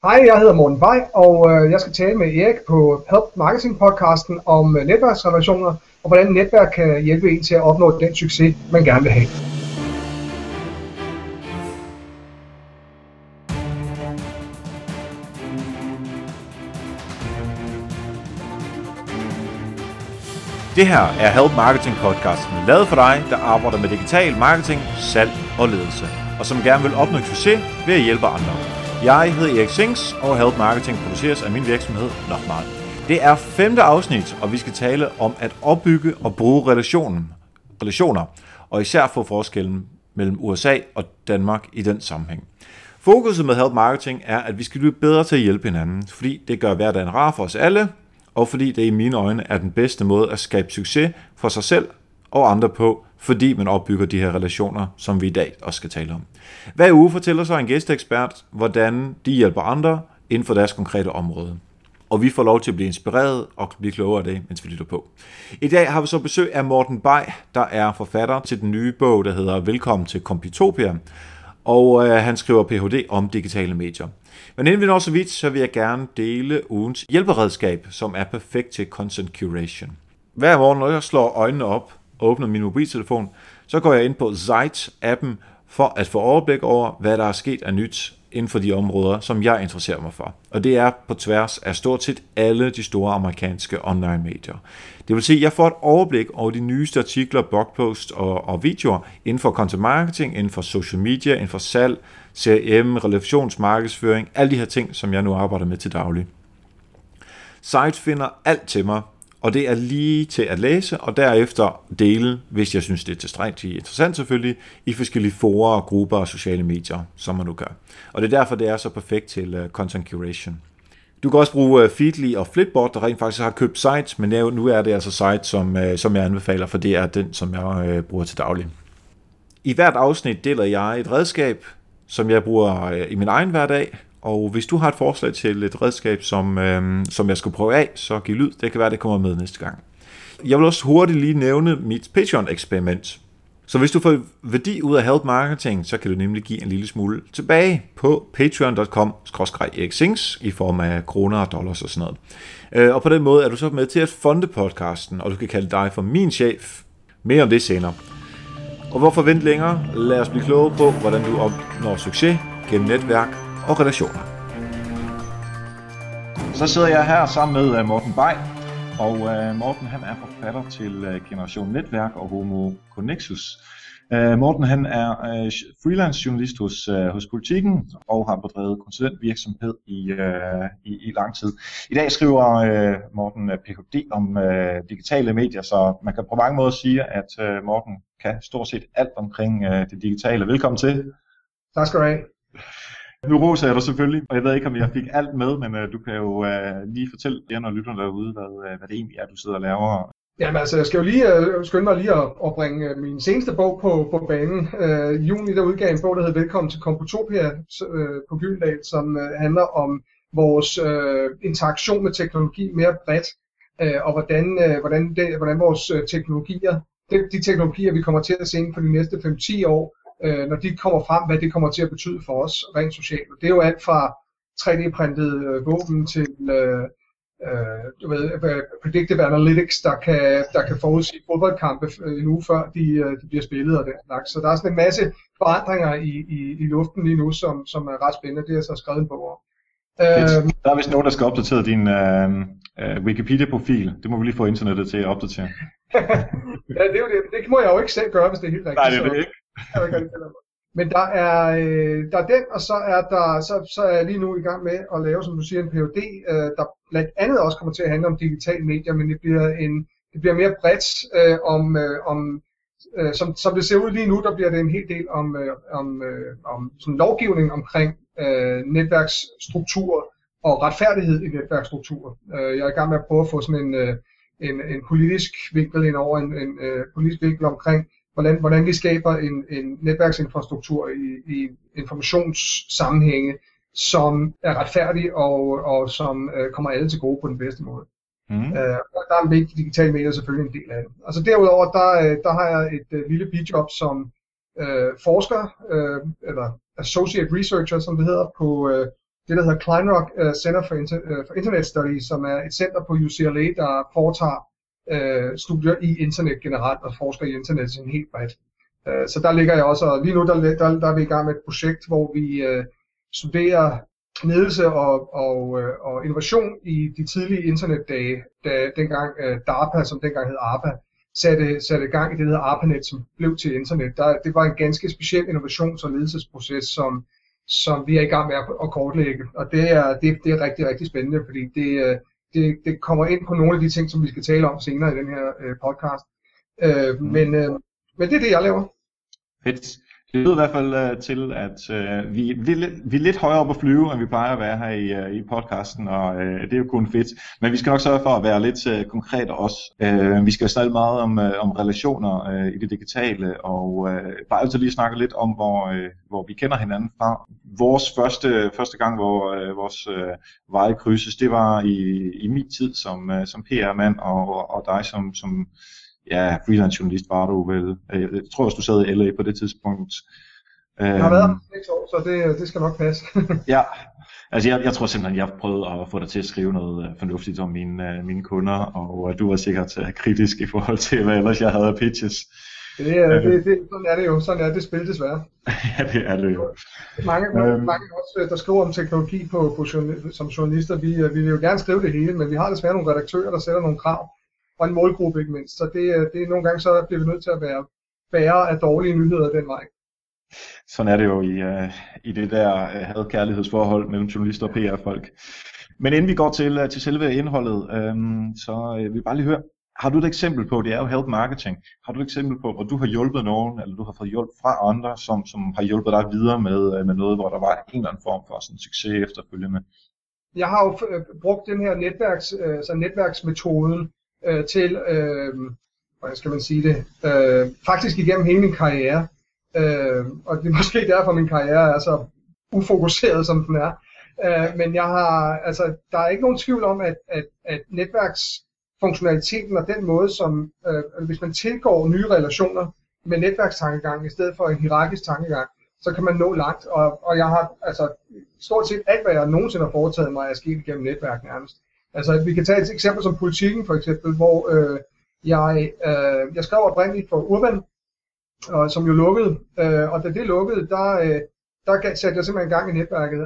Hej, jeg hedder Morten Bay, og jeg skal tale med Erik på Help Marketing podcasten om netværksrelationer og hvordan netværk kan hjælpe en til at opnå den succes, man gerne vil have. Det her er Help Marketing podcasten, lavet for dig, der arbejder med digital marketing, salg og ledelse, og som gerne vil opnå succes ved at hjælpe andre. Jeg hedder Erik Sings, og Help Marketing produceres af min virksomhed Nochmal. Det er 5. afsnit, og vi skal tale om at opbygge og bruge relationer, og især få forskellen mellem USA og Danmark i den sammenhæng. Fokuset med Help Marketing er, at vi skal blive bedre til at hjælpe hinanden, fordi det gør hverdagen rar for os alle, og fordi det i mine øjne er den bedste måde at skabe succes for sig selv og andre på, fordi man opbygger de her relationer, som vi i dag også skal tale om. Hver uge fortæller så en gæsteekspert, hvordan de hjælper andre inden for deres konkrete område. Og vi får lov til at blive inspireret og blive klogere af det, mens vi lytter på. I dag har vi så besøg af Morten Bay, der er forfatter til den nye bog, der hedder Velkommen til Computopia, og han skriver Ph.D. om digitale medier. Men inden vi når så vidt, så vil jeg gerne dele ugens hjælperedskab, som er perfekt til content curation. Hver morgen, når jeg slår øjnene op og åbner min mobiltelefon, så går jeg ind på Zeit-appen for at få overblik over, hvad der er sket af nyt inden for de områder, som jeg interesserer mig for. Og det er på tværs af stort set alle de store amerikanske online medier. Det vil sige, at jeg får et overblik over de nyeste artikler, blogposts og videoer inden for content marketing, inden for social media, inden for salg, CRM, relationsmarkedsføring, alle de her ting, som jeg nu arbejder med til daglig. Zeit finder alt til mig, og det er lige til at læse, og derefter dele, hvis jeg synes, det er tilstrækkeligt interessant selvfølgelig, i forskellige forer, grupper og sociale medier, som man nu gør. Og det er derfor, det er så perfekt til content curation. Du kan også bruge Feedly og Flipboard, der rent faktisk har købt Zeit, men nu er det altså Zeit, som jeg anbefaler, for det er den, som jeg bruger til daglig. I hvert afsnit deler jeg et redskab, som jeg bruger i min egen hverdag, og hvis du har et forslag til et redskab, som jeg skal prøve af, så giv lyd. Det kan være, det kommer med næste gang. Jeg vil også hurtigt lige nævne mit Patreon-eksperiment. Så hvis du får værdi ud af Help Marketing, så kan du nemlig give en lille smule tilbage på patreon.com/eriksings i form af kroner og dollars og sådan noget. Og på den måde er du så med til at funde podcasten, og du kan kalde dig for min chef. Mere om det senere. Og hvorfor vente længere? Lad os blive kloge på, hvordan du opnår succes gennem netværk og relationer. Så sidder jeg her sammen med Morten Bay, og Morten han er forfatter til Generation Netværk og Homo Connexus. Morten han er freelance journalist hos Politiken og har bedrevet konsulentvirksomhed i lang tid. I dag skriver Morten Ph.D. om digitale medier, så man kan på mange måder sige, at Morten kan stort set alt omkring det digitale. Velkommen til. Tak skal du have. Nu roser jeg dig selvfølgelig, og jeg ved ikke, om jeg fik alt med, men du kan jo lige fortælle jer og lytterne derude, hvad det egentlig er, du sidder og laver. Jamen altså, jeg skal jo lige skynde mig lige at bringe min seneste bog på banen. I juni der udgav en bog, der hedder Velkommen til Computopia på Gyldendal, som handler om vores interaktion med teknologi mere bredt, og hvordan vores teknologier, de teknologier, vi kommer til at se inden for de næste 5-10 år, når de kommer frem, hvad det kommer til at betyde for os rent socialt. Det er jo alt fra 3D-printede våben til predictive analytics, der kan forudsige fodboldkampe en uge før de bliver spillet og den slags. Så der er sådan en masse forandringer i luften lige nu, som er ret spændende. Det er så skrevet en bog om. Der er vist nogen, der skal opdatere din Wikipedia-profil. Det må vi lige få internettet til at opdatere. Ja, det er jo det. Det må jeg jo ikke selv gøre, hvis det er helt rigtigt. Nej, det er det ikke. Men der er den, og så er jeg lige nu i gang med at lave, som du siger, en Ph.D., der blandt andet også kommer til at handle om digitale medier, men det bliver mere bredt som det ser ud lige nu, der bliver det en hel del om sådan lovgivning omkring netværksstruktur og retfærdighed i netværksstruktur. Jeg er i gang med at prøve at få sådan en politisk vinkel ind over en politisk vinkel omkring hvordan vi skaber en netværksinfrastruktur i informationssammenhænge, som er retfærdig og som kommer alle til gode på den bedste måde. Der er en vigtig digital medier selvfølgelig en del af det. Altså derudover, der har jeg et lille bijob som forsker, eller associate researcher, som det hedder, på det, der hedder Kleinrock Center for Internet Studies, som er et center på UCLA, der foretager studier i internet generelt og forsker i internet sådan helt bredt. Så der ligger jeg også, og lige nu der er vi i gang med et projekt, hvor vi studerer ledelse og innovation i de tidlige internetdage, da dengang DARPA, som dengang hed ARPA, satte i gang i det, der hedder ARPANET, som blev til internet. Det var en ganske speciel innovations- og ledelsesproces, som vi er i gang med at kortlægge. Og det er rigtig, rigtig spændende, fordi det kommer ind på nogle af de ting, som vi skal tale om senere i den her podcast. Men det er det, jeg laver. Fedt. Det lyder i hvert fald til, at vi er lidt højere op at flyve, end vi plejer at være her i podcasten, og det er jo kun fedt. Men vi skal nok sørge for at være lidt konkrete også. Vi skal snakke meget om relationer i det digitale, og bare altid lige snakke lidt om, hvor vi kender hinanden fra. Vores første gang, hvor vores veje krydses, det var i min tid som PR-mand, og dig som freelance journalist var du vel. Jeg tror også, du sad i LA på det tidspunkt. Jeg har været her 6 år, så det skal nok passe. Ja, altså jeg tror simpelthen, jeg prøvede at få dig til at skrive noget fornuftigt om mine kunder, og du var sikkert kritisk i forhold til, hvad ellers jeg havde af pitches. Sådan er det jo. Sådan er det spil desværre. Ja, det er det jo. Mange også, der skriver om teknologi som journalister, vi vil jo gerne skrive det hele, men vi har desværre nogle redaktører, der sætter nogle krav. Og en målgruppe ikke mindst. Så det er nogle gange, så bliver vi nødt til at være bærere af dårlige nyheder den vej. Sådan er det jo i det der had-kærlighedsforhold mellem journalister og PR-folk. Men inden vi går til selve indholdet, så vil jeg bare lige høre, har du et eksempel på, det er jo health marketing, har du et eksempel på, hvor du har hjulpet nogen, eller du har fået hjælp fra andre, som har hjulpet dig videre med noget, hvor der var en eller anden form for sådan succes efterfølgende? Jeg har jo brugt den her netværksmetoden til, hvordan skal man sige det, faktisk igennem hele min karriere, og det er måske derfor min karriere er så ufokuseret som den er, men der er ikke nogen tvivl om, at netværksfunktionaliteten og den måde, som hvis man tilgår nye relationer med netværkstankegang i stedet for en hierarkisk tankegang, så kan man nå langt, og jeg har stort set alt, hvad jeg nogensinde har foretaget mig, er sket igennem netværk nærmest. Altså, vi kan tage et eksempel som Politiken for eksempel, hvor jeg skrev oprindeligt for Urban, som jo lukkede, og da det lukkede, der satte jeg simpelthen i gang i netværket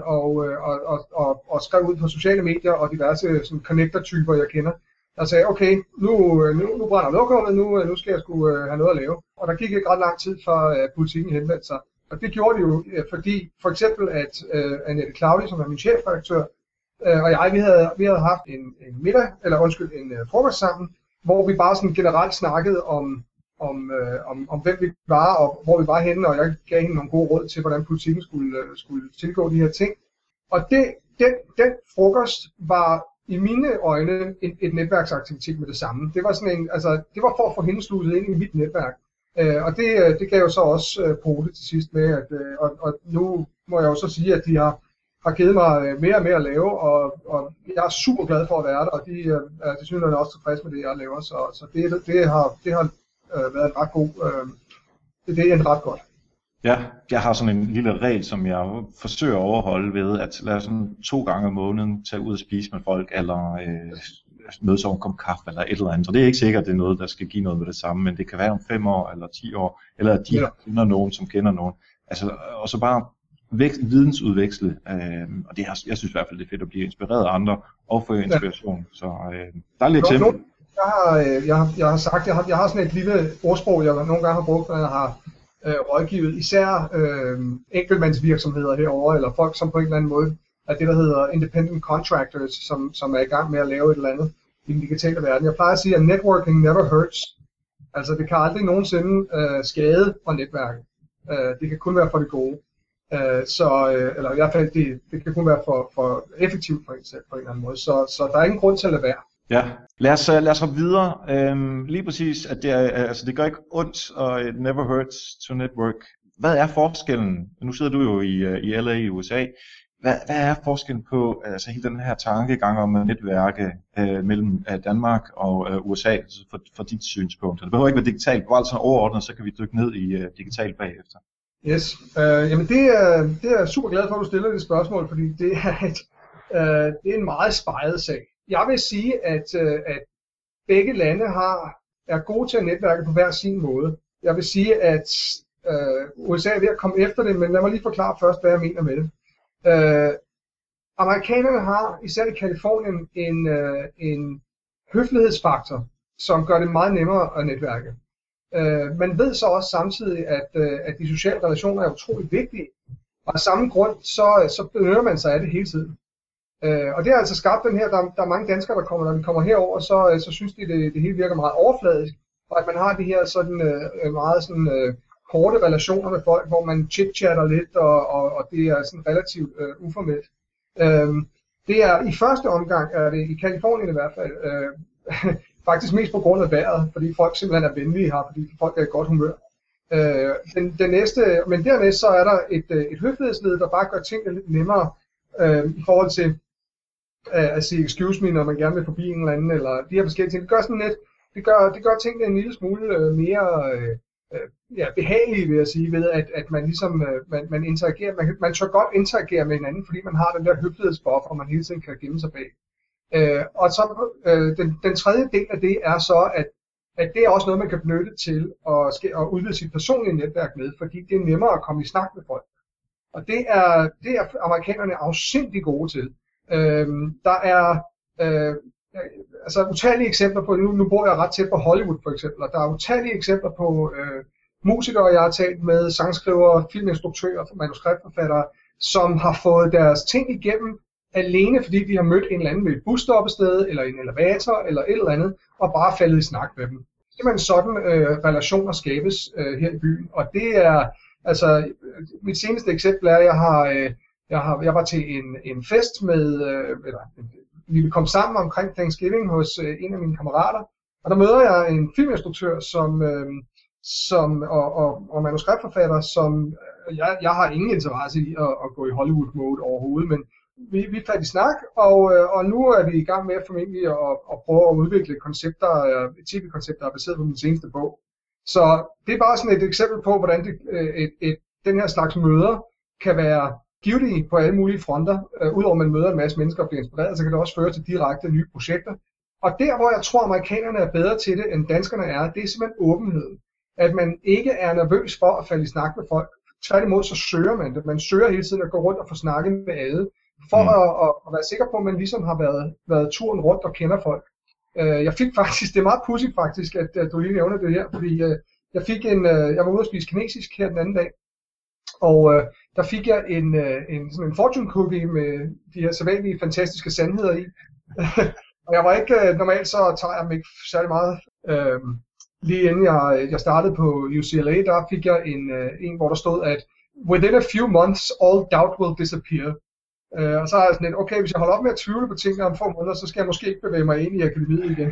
og skrev ud på sociale medier og diverse sådan connector-typer, jeg kender. Jeg sagde, okay, nu brænder lokummet, nu skal jeg sgu have noget at lave. Og der gik ikke ret lang tid fra Politiken henvendte sig. Og det gjorde de jo, fordi for eksempel at Annette Claudi, som er min chefredaktør, og vi havde haft en middag, en frokost sammen, hvor vi bare sådan generelt snakkede om hvem vi var og hvor vi var henne, og jeg gav hende nogle gode råd til, hvordan Politiken skulle tilgå de her ting. Og den frokost var i mine øjne et netværksaktivitet med det samme. Det var sådan det var for at få hende sluset ind i mit netværk. Og det gav jo så også pote til sidst med, og nu må jeg jo så sige, at de har givet mig mere og mere at lave, og jeg er super glad for at være der, og de er tilsyneladende også tilfredse med det, jeg laver, så det har været en ret god, det er en ret godt. Ja, jeg har sådan en lille regel, som jeg forsøger at overholde ved, at lade sådan 2 gange om måneden tage ud og spise med folk, eller mødes over en kop kaffe, eller et eller andet. Så det er ikke sikkert, at det er noget, der skal give noget med det samme, men det kan være om 5 år, eller 10 år, eller at de kender nogen, som kender nogen. Altså, og så bare vidensudveksle, og jeg synes i hvert fald, det er fedt at blive inspireret af andre, og få inspiration. Så der er lidt eksempel. Jeg har sådan et lille ordsprog, jeg nogle gange har brugt, når jeg har rådgivet især enkeltmandsvirksomheder herovre, eller folk, som på en eller anden måde er det, der hedder independent contractors, som er i gang med at lave et eller andet i den digitale verden. Jeg plejer at sige, at networking never hurts. Altså, det kan aldrig nogensinde skade for netværket. Det kan kun være for det gode. Eller i hvert fald, det kan kun være for effektivt for en selv på en eller anden måde. Så der er ingen grund til at lade være. Ja, lad os hoppe videre. Lige præcis, at det gør ikke ondt, og it never hurts to network. Hvad er forskellen? Nu sidder du jo i LA i USA. Hvad er forskellen på hele den her tankegang om at netværke mellem Danmark og USA, altså for dit synspunkt? Det behøver ikke være digitalt, bare sådan overordnet, så kan vi dykke ned i digitalt bagefter. Yes, jamen det er jeg super glad for, at du stiller det spørgsmål, fordi det er en meget speget sag. Jeg vil sige, at begge lande er gode til at netværke på hver sin måde. Jeg vil sige, at USA er ved at komme efter det, men lad mig lige forklare først, hvad jeg mener med det. Amerikanerne har, især i Californien, en høflighedsfaktor, som gør det meget nemmere at netværke. Man ved så også samtidig, at de sociale relationer er utroligt vigtige, og af samme grund, så benytter man sig af det hele tiden. Og det har altså skabt den her, der er mange danskere, når de kommer herover, så synes de, det hele virker meget overfladisk, og at man har de her sådan meget sådan korte relationer med folk, hvor man chit-chatter lidt, og det er sådan relativt uformelt. Det er i første omgang, er det i Californien i hvert fald, faktisk mest på grund af vejret, fordi folk simpelthen er venlige her, fordi folk er i godt humør. Men dernæst så er der et høflighedsled, der bare gør tingene lidt nemmere i forhold til at sige excuse me, når man gerne vil forbi en eller anden, eller de her forskellige ting. Det gør sådan lidt, det gør tingene en lille smule mere behagelige, vil jeg sige, ved at man ligesom man interagerer, man tør godt interagere med hinanden, fordi man har den der høflighedsbuffer, og man hele tiden kan gemme sig bag. Og så den tredje del af det er så, at det er også noget, man kan benytte til at udvide sit personlige netværk med, fordi det er nemmere at komme i snak med folk. Og det er amerikanerne afsindig gode til. Der er altså utallige eksempler på, nu bor jeg ret tæt på Hollywood for eksempel, og der er utallige eksempler på musikere, jeg har talt med, sangskrivere, filminstruktører, manuskriptforfattere, som har fået deres ting igennem alene fordi de har mødt en eller anden ved et busstoppested, eller en elevator, eller et eller andet, og bare faldet i snak med dem. Simpelthen sådan relationer skabes her i byen, og det er, altså, mit seneste eksempel er, jeg var til en fest med, vi kom sammen omkring Thanksgiving hos en af mine kammerater, og der møder jeg en filminstruktør, og manuskriptforfatter, som jeg har ingen interesse i at gå i Hollywood-mode overhovedet, men vi faldt i snak, og nu er vi i gang med formentlig at prøve at udvikle tv-koncepter, der er baseret på min seneste bog. Så det er bare sådan et eksempel på, hvordan den her slags møder kan være givtige på alle mulige fronter. Udover at man møder en masse mennesker og bliver inspireret, så kan det også føre til direkte nye projekter. Og der, hvor jeg tror, amerikanerne er bedre til det, end danskerne er, det er simpelthen åbenheden. At man ikke er nervøs for at falde i snak med folk. Tværtimod så søger man det. Man søger hele tiden at gå rundt og få snakket med alle, for at være sikker på, at man ligesom har været turen rundt og kender folk. Jeg fik faktisk, det er meget pudsigt faktisk, at du lige nævner det her, fordi jeg var ude at spise kinesisk her den anden dag, og der fik jeg sådan en fortune cookie med de her sædvanlige fantastiske sandheder i. Og jeg var ikke, normalt så tager jeg dem ikke særlig meget. Lige inden jeg startede på UCLA, der fik jeg en, hvor der stod, at within a few months, all doubt will disappear. Og så er jeg sådan lidt, okay, hvis jeg holder op med at tvivle på tingene om få måneder, så skal jeg måske ikke bevæge mig ind i akademiet igen.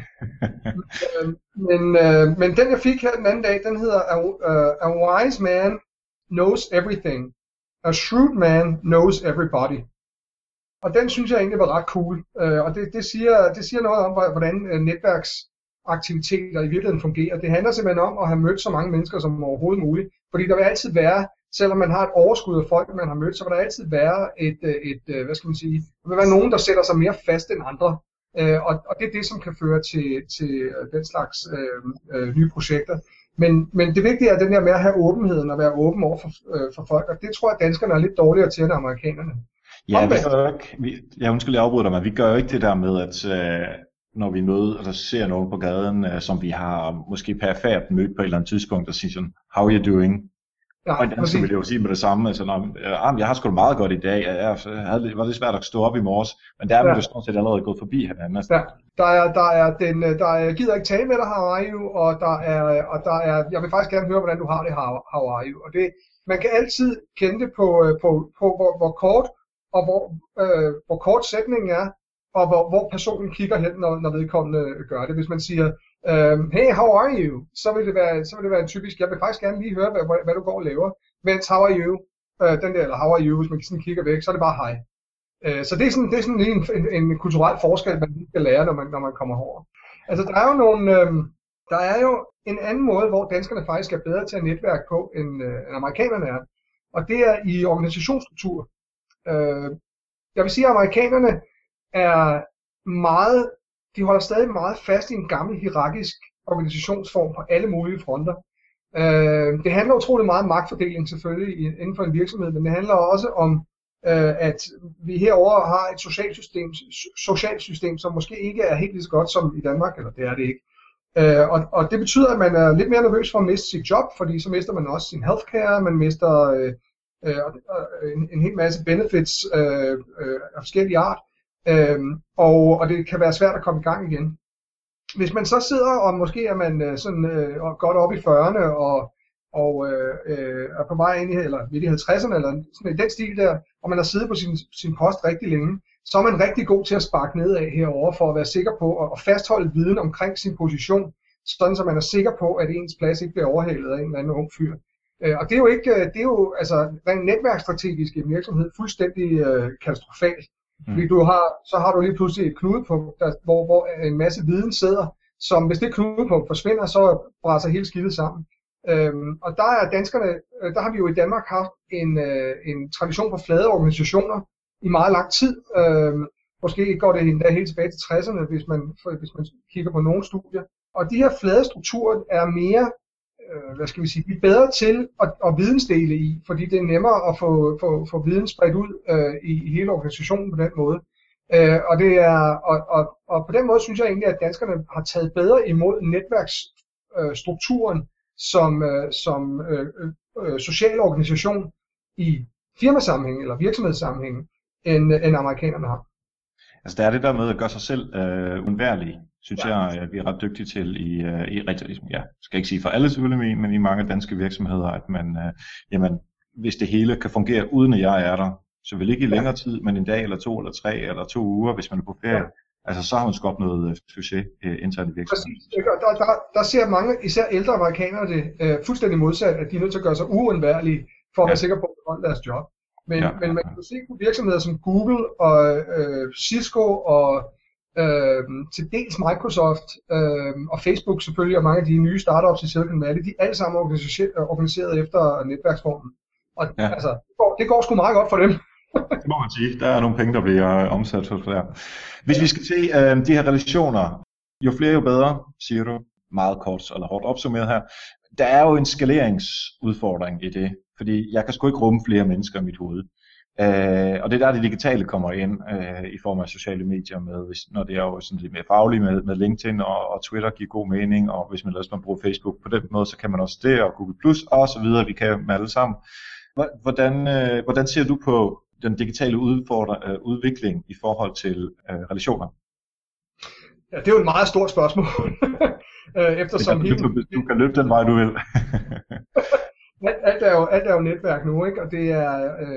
Men den jeg fik her den anden dag, den hedder A wise man knows everything. A shrewd man knows everybody. Og den synes jeg egentlig var ret cool. Og det siger noget om, hvordan netværksaktiviteter i virkeligheden fungerer. Det handler simpelthen om at have mødt så mange mennesker som overhovedet muligt. Fordi der vil altid være, selvom man har et overskud af folk, man har mødt, så vil der altid være hvad skal man sige, der vil være nogen, der sætter sig mere fast end andre. Og det er det, som kan føre til den slags nye projekter. Men det vigtige er den der med at have åbenheden og være åben over for folk, og det tror jeg, danskerne er lidt dårligere til end amerikanerne. Ja, undskyld, jeg afbryder dig, men vi gør jo ikke det der med, at når vi møder, eller ser nogen på gaden, som vi har måske perifært mødt på et eller andet tidspunkt, og siger sådan, how are you doing? Ja, og i dansk vil jeg jo sige med det samme, altså, jeg har sgu da meget godt i dag, det var lidt svært at stå op i morges, men der er vi jo stort set allerede gået forbi hinanden. Altså. Ja, der er gider ikke tale med dig, how are you, og der er, jeg vil faktisk gerne høre, hvordan du har det, how are you, og det, man kan altid kende det på hvor kort, og hvor kort sætningen er, og hvor personen kigger hen, når vedkommende gør det. Hvis man siger, hey, how are you? Så vil det være en typisk, jeg vil faktisk gerne lige høre, hvad du går og laver. Mens how are you? Eller how are you, hvis man sådan kigger væk, så er det bare hej. Så det er sådan lige en kulturel forskel, man lige skal lære, når man kommer over. Altså, der er jo en anden måde, hvor danskerne faktisk er bedre til at netværke på, end amerikanerne er. og det er i organisationsstruktur. Jeg vil sige, at amerikanerne er de holder stadig meget fast i en gammel hierarkisk organisationsform på alle mulige fronter. Det handler utrolig meget om magtfordeling selvfølgelig inden for en virksomhed, men det handler også om, at vi herover har et socialt system, som måske ikke er helt lige så godt som i Danmark, eller det er det ikke. Og det betyder, at man er lidt mere nervøs for at miste sit job, fordi så mister man også sin healthcare, man mister en hel masse benefits af forskellige art, og det kan være svært at komme i gang igen. Hvis man så sidder, og måske er man godt op i 40'erne og er på vej ind i, eller midt i 50'erne, eller sådan i den stil der, og man har siddet på sin post rigtig længe, så er man rigtig god til at sparke nedad herover for at være sikker på at fastholde viden omkring sin position, sådan så man er sikker på, at ens plads ikke bliver overhalet af en eller anden ung fyr. Og det er jo altså rent netværksstrategisk i en virksomhed fuldstændig katastrofalt. Fordi så har du lige pludselig et knudepunkt, hvor en masse viden sidder, som hvis det knudepunkt forsvinder, så brænder hele skidtet sammen. Og der har vi jo i Danmark haft en tradition for flade organisationer i meget lang tid. Måske går det endda helt tilbage til 60'erne, hvis man kigger på nogle studier. Og de her flade strukturer er mere, de er bedre til at vidensdele i, fordi det er nemmere at få viden spredt ud i hele organisationen på den måde. Og på den måde synes jeg egentlig, at danskerne har taget bedre imod netværksstrukturen som social organisation i firmasammenhæng eller virksomhedssammenhæng, end amerikanerne har. Altså der er det der med at gøre sig selv undværlig, synes jeg, at vi er ret dygtige til i rigtig, skal ikke sige for alle selvfølgelig, men i mange danske virksomheder, at man, hvis det hele kan fungere uden at jeg er der, så vil ikke i længere tid, men en dag eller 2 eller 3 eller 2 uger, hvis man er på ferie, altså så har man skabt noget succes internt i virksomheden. Der ser mange, især ældre amerikanere, det fuldstændig modsat, at de er nødt til at gøre sig uundværlige for at være sikre på at beholde deres job. Men man kan se på virksomheder som Google og Cisco og til dels Microsoft og Facebook selvfølgelig, og mange af de nye startups i Silicon Valley, de er alle sammen organiseret efter netværksformen. Og altså, det går sgu meget godt for dem. Det må man sige. Der er nogle penge, der bliver omsat for det. Hvis vi skal se de her relationer, jo flere jo bedre, siger du, meget kort eller hårdt opsummeret her. Der er jo en skaleringsudfordring i det, fordi jeg kan sgu ikke rumme flere mennesker i mit hoved. Og det er der, det digitale kommer ind i form af sociale medier, når det er jo sådan lidt mere fagligt med LinkedIn og Twitter giver god mening, og hvis man bruger Facebook på den måde, så kan man også det, og Google Plus og så videre, vi kan med alle sammen. Hvordan ser du på den digitale udvikling i forhold til relationer? Ja, det er jo et meget stort spørgsmål. Eftersom du kan løbe den vej, du vil. alt er jo netværk nu, ikke? Og det er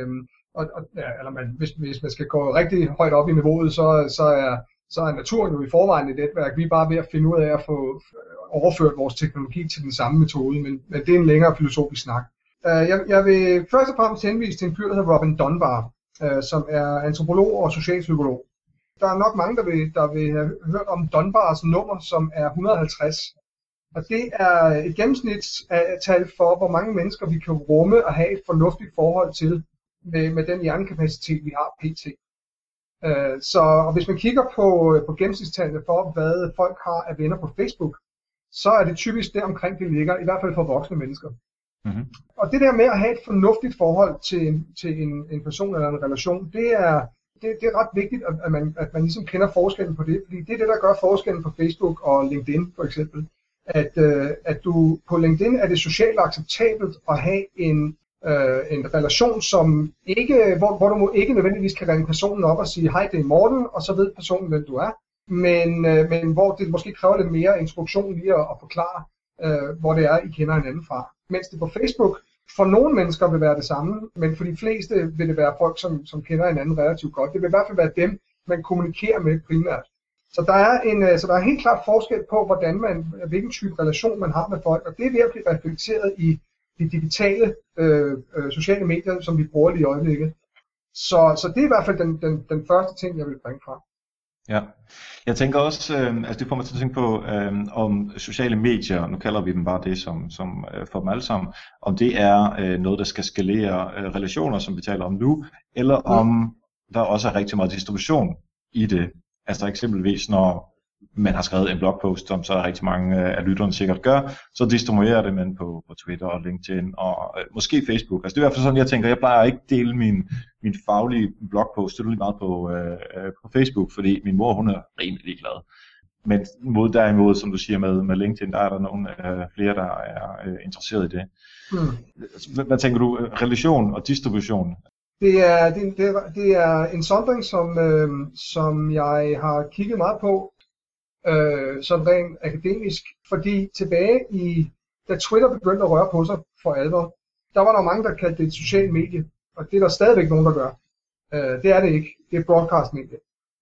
hvis man skal gå rigtig højt op i niveauet, så er naturen jo i forvejen et netværk. Vi er bare ved at finde ud af at få overført vores teknologi til den samme metode, men det er en længere filosofisk snak. Jeg vil først og fremmest henvise til en fyr, der hedder Robin Dunbar, som er antropolog og socialpsykolog. Der er nok mange, der vil have hørt om Dunbars nummer, som er 150. Og det er et gennemsnitstal for, hvor mange mennesker vi kan rumme og have et fornuftigt forhold til med den hjernekapacitet, vi har pt. Og hvis man kigger på gennemsnitstallene for, hvad folk har af venner på Facebook, så er det typisk der omkring, det ligger, i hvert fald for voksne mennesker. Mm-hmm. Og det der med at have et fornuftigt forhold til en person eller en relation, det er ret vigtigt, at man ligesom kender forskellen på det, fordi det er det, der gør forskellen på Facebook og LinkedIn for eksempel. At du på LinkedIn er det socialt acceptabelt at have en relation, som ikke, hvor du ikke nødvendigvis kan ringe personen op og sige, hej, det er Morten, og så ved personen, hvem du er, men hvor det måske kræver lidt mere instruktion lige at forklare, hvor det er, I kender hinanden fra. Mens det på Facebook for nogle mennesker vil være det samme, men for de fleste vil det være folk, som kender hinanden relativt godt. Det vil i hvert fald være dem, man kommunikerer med primært. Så der er helt klart forskel på, hvilken type relation man har med folk, og det er ved at blive reflekteret i de digitale sociale medier, som vi bruger lige i øjeblikket. Så det er i hvert fald den første ting, jeg vil bringe frem. Ja, jeg tænker også, altså det får mig til at tænke på, om sociale medier, nu kalder vi dem bare det som for dem alle sammen, om det er noget, der skal skalere relationer, som vi taler om nu, eller om der også er rigtig meget distribution i det. Altså eksempelvis når man har skrevet en blogpost, som så er rigtig mange af lytterne sikkert gør, så distribuerer det man på Twitter og LinkedIn og måske Facebook. Altså det er i hvert fald sådan, jeg tænker, jeg plejer ikke dele min faglige blogpost, det er lige meget på Facebook, fordi min mor, hun er rimelig glad. Men derimod, som du siger med LinkedIn, der er der nogle flere, der er interesseret i det. Hvad tænker du, relation og distribution? Det er en sondring, som jeg har kigget meget på, sådan rent akademisk, fordi da Twitter begyndte at røre på sig for alvor, der var der mange, der kaldte det et socialt medie, og det er der stadigvæk nogen, der gør. Det er det ikke, det er et broadcast-medie.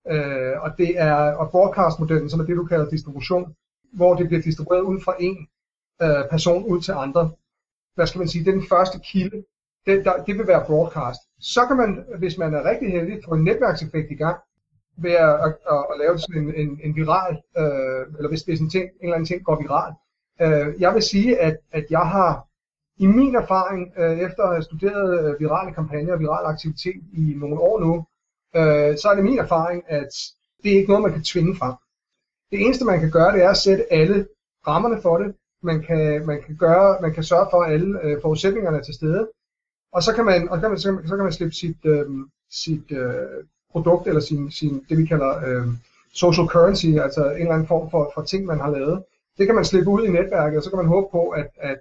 Og broadcast-modellen, som er det, du kalder distribution, hvor det bliver distribueret ud fra en person ud til andre. Hvad skal man sige, det er den første kilde. Det vil være broadcast. Så kan man, hvis man er rigtig heldig, få en netværkseffekt i gang, ved at lave sådan en viral, eller hvis en eller anden ting går viral. Jeg vil sige, at jeg har i min erfaring, efter at have studeret virale kampagner og viral aktivitet i nogle år nu, så er det min erfaring, at det er ikke noget, man kan tvinge frem. Det eneste, man kan gøre, det er at sætte alle rammerne for det. Man kan sørge for, at alle forudsætningerne er til stede, og så kan man slippe sit produkt eller sin det vi kalder social currency, altså en eller anden form for ting, man har lavet. Det kan man slippe ud i netværket, og så kan man håbe på,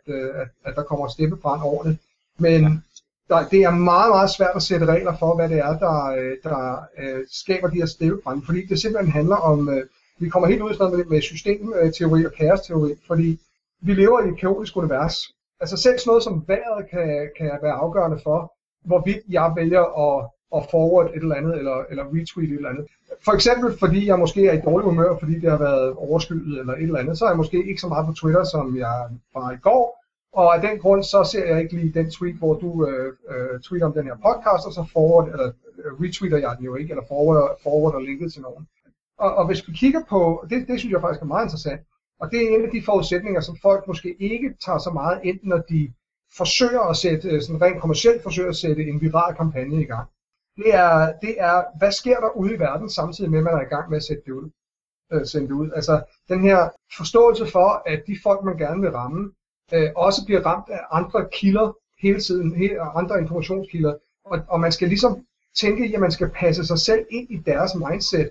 at der kommer steppebrand over det. Men det er meget, meget svært at sætte regler for, hvad det er, der skaber de her steppebrand, fordi det simpelthen handler om, vi kommer helt ud i sådan med systemteori og kaosteori, fordi vi lever i et kaotisk univers. Altså selv sådan noget som vejret kan være afgørende for, hvorvidt jeg vælger at forward et eller andet, eller retweet et eller andet. For eksempel fordi jeg måske er i dårlig humør, fordi det har været overskyet eller et eller andet, så er jeg måske ikke så meget på Twitter, som jeg var i går. Og af den grund, så ser jeg ikke lige den tweet, hvor du tweeter om den her podcast, og så retweeter jeg den jo ikke, eller forwarder linket til nogen. Og hvis vi kigger på, det synes jeg faktisk er meget interessant, og det er en af de forudsætninger, som folk måske ikke tager så meget ind, når de forsøger at sætte, sådan rent kommercielt forsøger at sætte en viral kampagne i gang. Det er, hvad sker der ude i verden, samtidig med, at man er i gang med at sende det ud. Altså den her forståelse for, at de folk, man gerne vil ramme, også bliver ramt af andre kilder hele tiden, andre informationskilder, og man skal ligesom tænke, at man skal passe sig selv ind i deres mindset,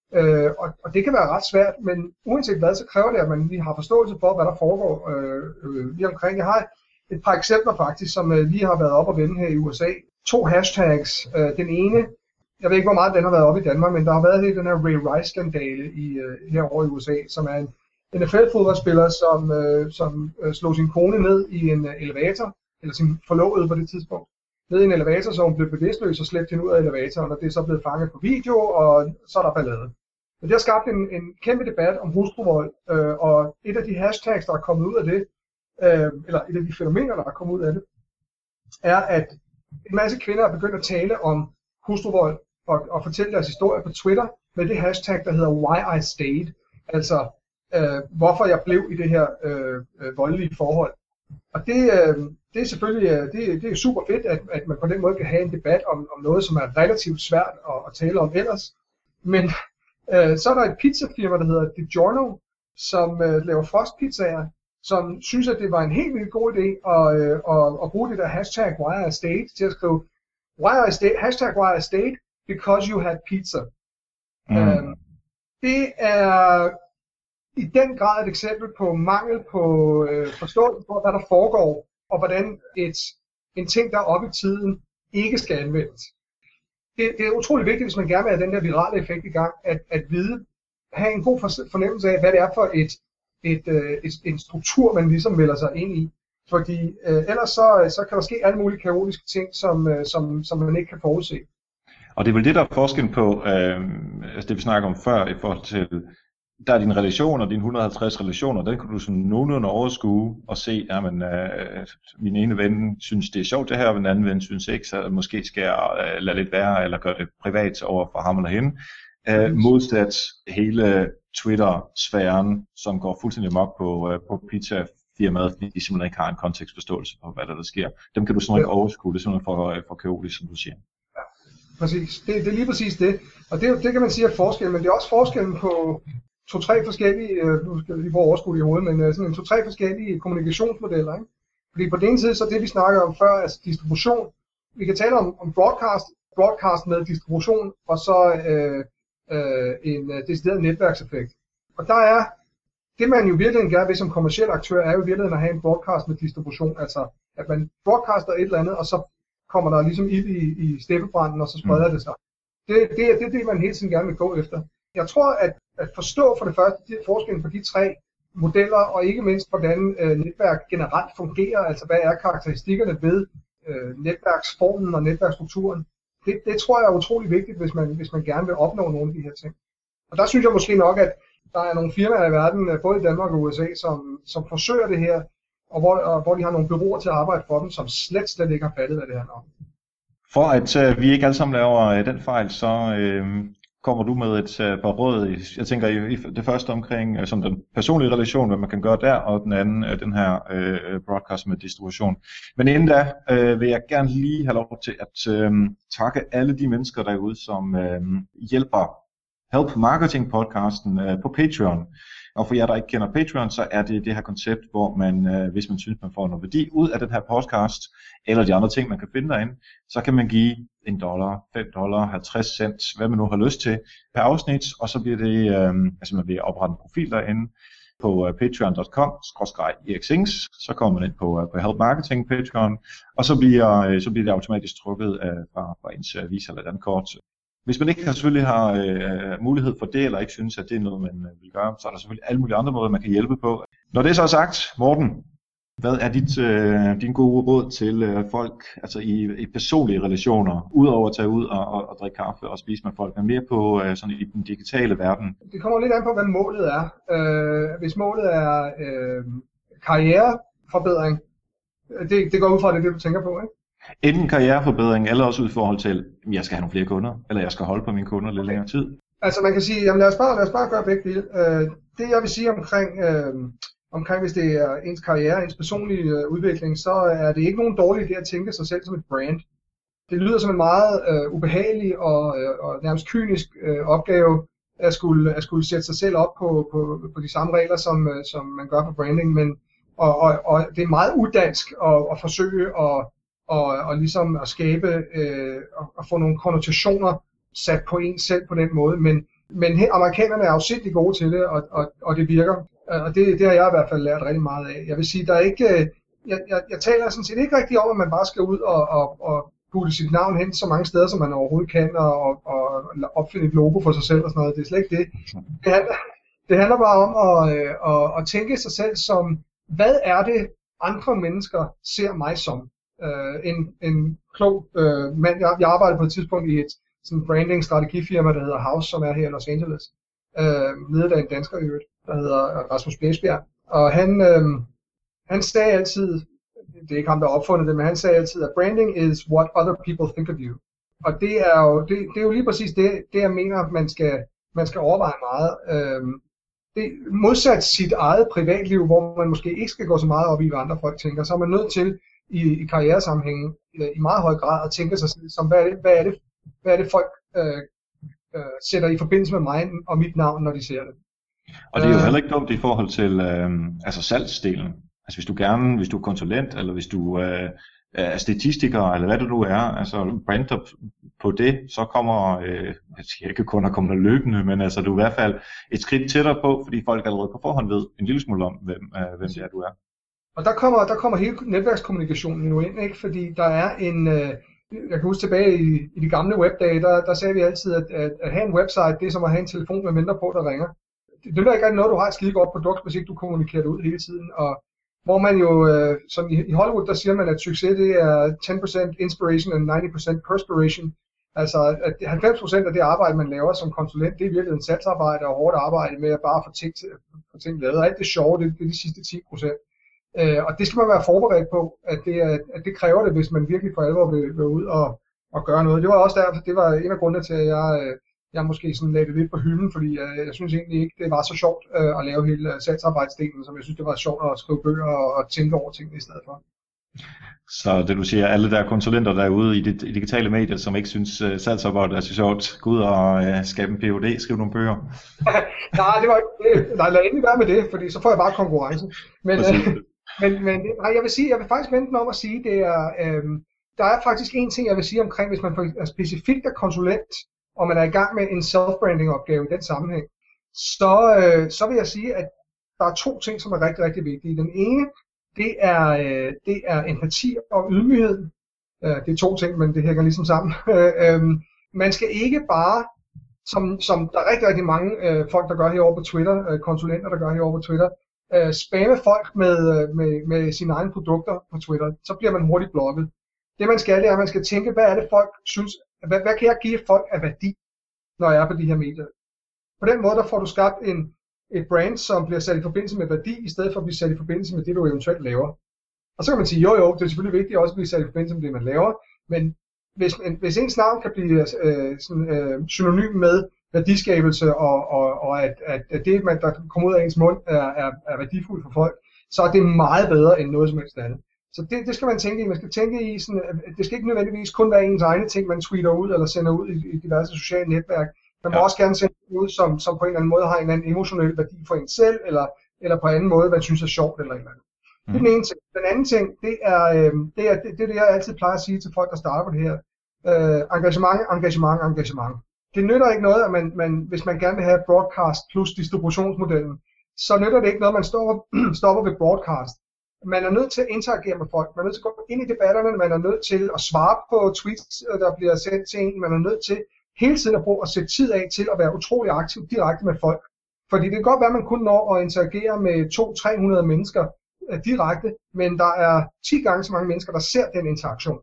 og det kan være ret svært, men uanset hvad, så kræver det, at man lige har forståelse for, hvad der foregår lige omkring. Jeg har et par eksempler faktisk, som lige har været op og vende her i USA. 2 hashtags. Den ene, jeg ved ikke hvor meget den har været oppe i Danmark, men der har været helt den her Ray Rice-skandale herovre i USA, som er en NFL-fodboldspiller, som slog sin kone ned i en elevator, eller sin forlovede på det tidspunkt, ned i en elevator, så hun blev bevidstløs og slæbte hende ud af elevatoren, og det er så blevet fanget på video, og så er der ballade. Men det har skabt en kæmpe debat om hustruvold, og et af de hashtags, der er kommet ud af det, eller et af de fænomener, der er kommet ud af det, er, at en masse kvinder er begyndt at tale om hustruvold og fortælle deres historie på Twitter med det hashtag, der hedder Why I Stayed, altså hvorfor jeg blev i det her voldelige forhold. Og det er selvfølgelig det er super fedt, at man på den måde kan have en debat om noget, som er relativt svært at tale om ellers. Men så er der et pizzafirma, der hedder DiGiorno, som laver frostpizzaer, som synes, at det var en helt vildt god idé at bruge det der hashtag Why I Stayed til at skrive hashtag Why I Stayed because you had pizza. Det er i den grad et eksempel på mangel på forståelse for, hvad der foregår, og hvordan en ting, der er oppe i tiden, ikke skal anvendes. Det er utrolig vigtigt, hvis man gerne vil have den der virale effekt i gang, at have en god fornemmelse af, hvad det er for en struktur, man ligesom melder sig ind i. Fordi ellers så kan der ske alle mulige kaotiske ting, som man ikke kan forudse. Og det er vel det, der er forskellen på, altså det vi snakker om før, i forhold til, der er dine relationer, dine 150 relationer, den kan du sådan nogenlunde overskue og se, jamen min ene ven synes, det er sjovt det her, og den anden ven synes ikke, så måske skal jeg lade lidt være, eller gøre det privat over for ham eller hende. Modsat hele Twitter-sfæren, som går fuldstændig amok på pizza-firmaet, fordi de simpelthen ikke har en kontekstforståelse for, hvad der sker. Dem kan du simpelthen ikke overskue, det er simpelthen for kaotisk, som du siger. Ja, præcis. Det er lige præcis det. Og det kan man sige er forskellen, men det er også forskellen på to-tre forskellige, nu skal vi lige prøve at overskue det i hovedet, men sådan to-tre forskellige kommunikationsmodeller, ikke? Fordi på den ene side, så det vi snakker om før, altså distribution. Vi kan tale om broadcast med distribution, og så en decideret netværkseffekt. Og der er, det man jo virkelig gerne vil som kommerciel aktør, er jo virkelig at have en broadcast med distribution, altså at man broadcaster et eller andet, og så kommer der ligesom ild i steppebranden, og så spreder det sig. Det er det, man hele tiden gerne vil gå efter. Jeg tror, at forstå for det første forskellen på de tre modeller, og ikke mindst hvordan netværk generelt fungerer, altså hvad er karakteristikkerne ved netværksformen og netværksstrukturen. Det tror jeg er utrolig vigtigt, hvis man gerne vil opnå nogle af de her ting. Og der synes jeg måske nok, at der er nogle firmaer i verden, både i Danmark og USA, som forsøger det her, og hvor de har nogle bureauer til at arbejde for dem, som slet ikke har fattet, hvad det handler om. For at vi ikke alle sammen laver den fejl, så kommer du med et par råd. Jeg tænker i det første omkring som den personlige relation, hvad man kan gøre der, og den anden den her broadcast med distribution. Men inden da vil jeg gerne lige have lov til at takke alle de mennesker derude, som hjælper Help Marketing podcasten på Patreon. Og for jer, der ikke kender Patreon, så er det det her koncept, hvor man, hvis man synes, man får noget værdi ud af den her podcast, eller de andre ting, man kan finde derinde, så kan man give $1, $5, 50 cent, hvad man nu har lyst til, per afsnit, og så bliver det, altså man vil oprette en profil derinde på patreon.com/erikssings, så kommer man ind på Help Marketing Patreon, og så bliver det automatisk trukket fra ens Visa eller Dankort. Hvis man ikke selvfølgelig har mulighed for det, eller ikke synes, at det er noget, man vil gøre, så er der selvfølgelig alle mulige andre måder, man kan hjælpe på. Når det så er sagt, Morten, hvad er din gode råd til folk, altså i personlige relationer, udover at tage ud og drikke kaffe og spise med folk, men mere på sådan i den digitale verden? Det kommer lidt an på, hvad målet er. Hvis målet er karriereforbedring, det går ud fra det, du tænker på, ikke? Enten karriereforbedring, eller også ud i forhold til, at jeg skal have nogle flere kunder, eller jeg skal holde på mine kunder lidt længere tid. Altså man kan sige, jamen lad os bare gøre begge dele. Det jeg vil sige omkring hvis det er ens karriere, ens personlige udvikling, så er det ikke nogen dårlig idé at tænke sig selv som et brand. Det lyder som en meget ubehagelig og nærmest kynisk opgave at skulle sætte sig selv op på de samme regler, som man gør for branding, men og det er meget udansk at forsøge og ligesom at skabe og få nogle konnotationer sat på en selv på den måde, men amerikanerne er afsindig gode til det, og det virker, og det har jeg i hvert fald lært rigtig meget af. Jeg vil sige, der er ikke, jeg taler sådan set ikke rigtig om, at man bare skal ud og putte sit navn hen så mange steder, som man overhovedet kan, og opfinde et logo for sig selv og sådan noget. Det er slet ikke det. Det handler bare om at tænke sig selv som, hvad er det andre mennesker ser mig som? En klog mand. Jeg arbejdede på et tidspunkt i et sådan branding-strategifirma, der hedder House, som er her i Los Angeles. Ledet af en dansker i øvrigt, der hedder Rasmus Bæsbjerg. Og han sagde altid, det er ikke ham, der opfundet det, men han sagde altid, at branding is what other people think of you. Og det er jo lige præcis det jeg mener, man skal overveje meget. Det modsat sit eget privatliv, hvor man måske ikke skal gå så meget op i, hvad andre folk tænker, så er man nødt til i karrieresammenhængen i meget høj grad at tænke sig som, hvad er det folk sætter i forbindelse med mig og mit navn, når de ser det. Og det er jo heller ikke dumt i forhold til altså salgsdelen. Altså hvis du er konsulent, eller hvis du er statistiker, eller hvad det nu er, altså brander på det, så kommer, jeg siger ikke kunder kommer der løbende, men altså du er i hvert fald et skridt tættere på, fordi folk allerede på forhånd ved en lille smule om, hvem det er, du er. Og der kommer hele netværkskommunikationen jo ind, ikke? Fordi der er jeg kan huske tilbage i de gamle webdage, der sagde vi altid, at have en website, det er som at have en telefon med mindre på, der ringer. Det er ikke noget, du har et skide godt produkt, hvis ikke du kommunikerer det ud hele tiden. Og hvor man jo, som i Hollywood, der siger man, at succes det er 10% inspiration and 90% perspiration. Altså at 90% af det arbejde, man laver som konsulent, det er virkelig en salgsarbejde og hårdt arbejde med at bare få ting lavet. Og alt det sjove, det er de sidste 10%. Og det skal man være forberedt på, at det kræver det, hvis man virkelig for alvor vil ud og gøre noget. Det var også derfor, det var en af grundene til, at jeg måske sådan lagde det lidt på hylden, fordi jeg synes egentlig ikke, det var så sjovt at lave hele salgsarbejdsdelen, som jeg synes, det var sjovt at skrive bøger og tænke over tingene i stedet for. Så det du siger, alle der konsulenter derude i digitale medier, som ikke synes salgsarbejde er så sjovt, gå ud og skabe en PhD, skrive nogle bøger. Nej, det var ikke det. Nej, lad endelig være med det, fordi så får jeg bare konkurrence. Men nej, jeg vil faktisk vente om at sige, det er, der er faktisk en ting, jeg vil sige omkring, hvis man er specifikt er konsulent, og man er i gang med en self-branding opgave i den sammenhæng, så vil jeg sige, at der er 2 ting, som er rigtig, rigtig vigtige. Den ene, det er empati og ydmyghed. Det er 2 ting, men det hænger ligesom sammen. Man skal ikke bare, som der er rigtig, rigtig mange folk, der gør herovre på Twitter, konsulenter, der gør herovre på Twitter, spamme folk med sine egne produkter på Twitter, så bliver man hurtigt blokket. Det man skal, det er, at man skal tænke, hvad er det folk synes, hvad kan jeg give folk af værdi, når jeg er på de her medier. På den måde, der får du skabt et brand, som bliver sat i forbindelse med værdi, i stedet for at blive sat i forbindelse med det, du eventuelt laver. Og så kan man sige, jo, det er selvfølgelig vigtigt også at blive sat i forbindelse med det, man laver, men hvis ens navn kan blive synonym med værdiskabelse, og at det, der kommer ud af ens mund, er værdifuldt for folk, så er det meget bedre end noget som helst andet. Så det skal man tænke i. Man skal tænke i, sådan, det skal ikke nødvendigvis kun være ens egne ting, man tweeter ud eller sender ud i diverse sociale netværk. Man må også gerne sende ud, som på en eller anden måde har en eller anden emotionel værdi for en selv, eller på en anden måde, hvad man synes er sjovt eller et eller andet. Det er den ene ting. Den anden ting, det er det, jeg altid plejer at sige til folk, der starter på det her. Engagement. Det nytter ikke noget, at man hvis man gerne vil have broadcast plus distributionsmodellen, så nytter det ikke noget, at man stopper ved broadcast. Man er nødt til at interagere med folk, man er nødt til at gå ind i debatterne, man er nødt til at svare på tweets, der bliver sendt til en, man er nødt til hele tiden at bruge at sætte tid af til at være utrolig aktiv direkte med folk. Fordi det kan godt være, at man kun når at interagere med 200-300 mennesker direkte, men der er 10 gange så mange mennesker, der ser den interaktion.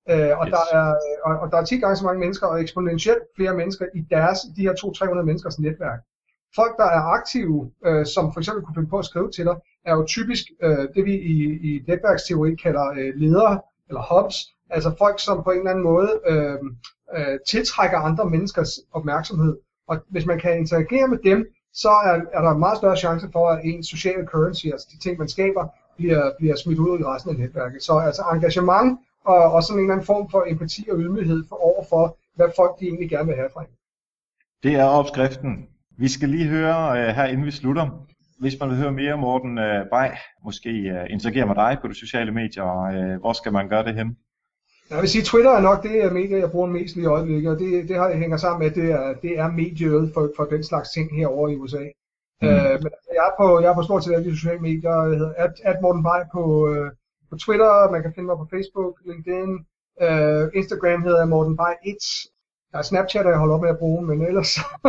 Der er 10 gange så mange mennesker, og eksponentielt flere mennesker i de her 200-300 menneskers netværk. Folk, der er aktive, som for eksempel kunne finde på at skrive til dig, er jo typisk det, vi i netværksteori kalder ledere, eller hubs, altså folk, som på en eller anden måde tiltrækker andre menneskers opmærksomhed. Og hvis man kan interagere med dem, så er der meget større chance for, at ens sociale currency, altså de ting, man skaber, bliver smidt ud i resten af netværket. Så altså engagement og sådan en eller anden form for empati og ydmyghed overfor, hvad folk de egentlig gerne vil have fra en. Det er opskriften. Vi skal lige høre her, inden vi slutter. Hvis man vil høre mere om Morten Bay, måske interagere med dig på de sociale medier, hvor skal man gøre det hen? Jeg vil sige, Twitter er nok det medie, jeg bruger mest lige i øjeblikket, og det hænger sammen med, at det er mediet for den slags ting herovre i USA. Men jeg er på stort set alle de sociale medier. Jeg hedder @Morten Bay på Twitter, man kan finde mig på Facebook, LinkedIn, Instagram hedder jeg Morten Bay 1. Der er Snapchat, jeg holder op med at bruge, men ellers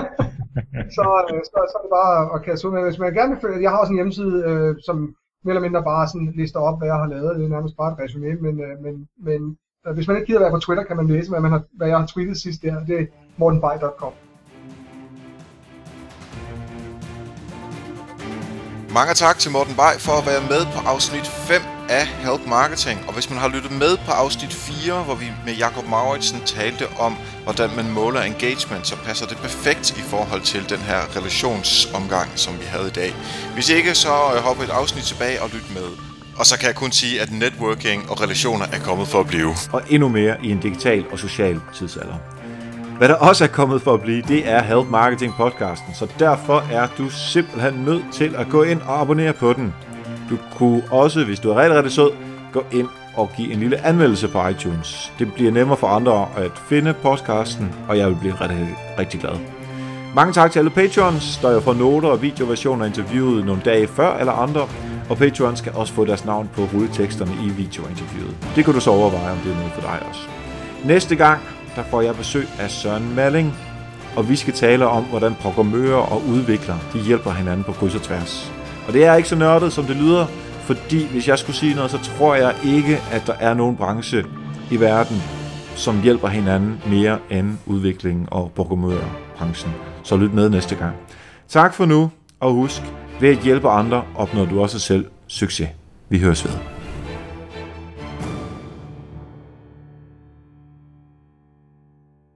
så er det bare at kaste ud med. Hvis man gerne vil følge, jeg har også en hjemmeside, som mere eller mindre bare sådan lister op, hvad jeg har lavet. Det er nærmest bare et resumé, men hvis man ikke gider være på Twitter, kan man læse, hvad jeg har tweetet sidst der. Det er mortenbay.com. Mange tak til Morten Bay for at være med på afsnit 5 af Help Marketing. Og hvis man har lyttet med på afsnit 4, hvor vi med Jakob Mauritsen talte om, hvordan man måler engagement, så passer det perfekt i forhold til den her relationsomgang, som vi havde i dag. Hvis ikke, så hop et afsnit tilbage og lyt med. Og så kan jeg kun sige, at networking og relationer er kommet for at blive. Og endnu mere i en digital og social tidsalder. Hvad der også er kommet for at blive, det er Help Marketing podcasten, så derfor er du simpelthen nødt til at gå ind og abonnere på den. Du kunne også, hvis du er rigtig, rigtig sød, gå ind og give en lille anmeldelse på iTunes. Det bliver nemmere for andre at finde podcasten, og jeg vil blive rigtig, rigtig glad. Mange tak til alle Patreons, der jo får noter og videoversioner af interviewet nogle dage før eller andre, og Patreons skal også få deres navn på rulleteksterne i videointerviewet. Det kan du så overveje, om det er noget for dig også. Næste gang, der får jeg besøg af Søren Malling, og vi skal tale om, hvordan programmører og udviklere de hjælper hinanden på kryds og tværs. Og det er ikke så nørdet, som det lyder, fordi hvis jeg skulle sige noget, så tror jeg ikke, at der er nogen branche i verden, som hjælper hinanden mere end udviklingen og programmørbranchen. Så lyt med næste gang. Tak for nu, og husk, ved at hjælpe andre opnår du også selv succes. Vi høres ved.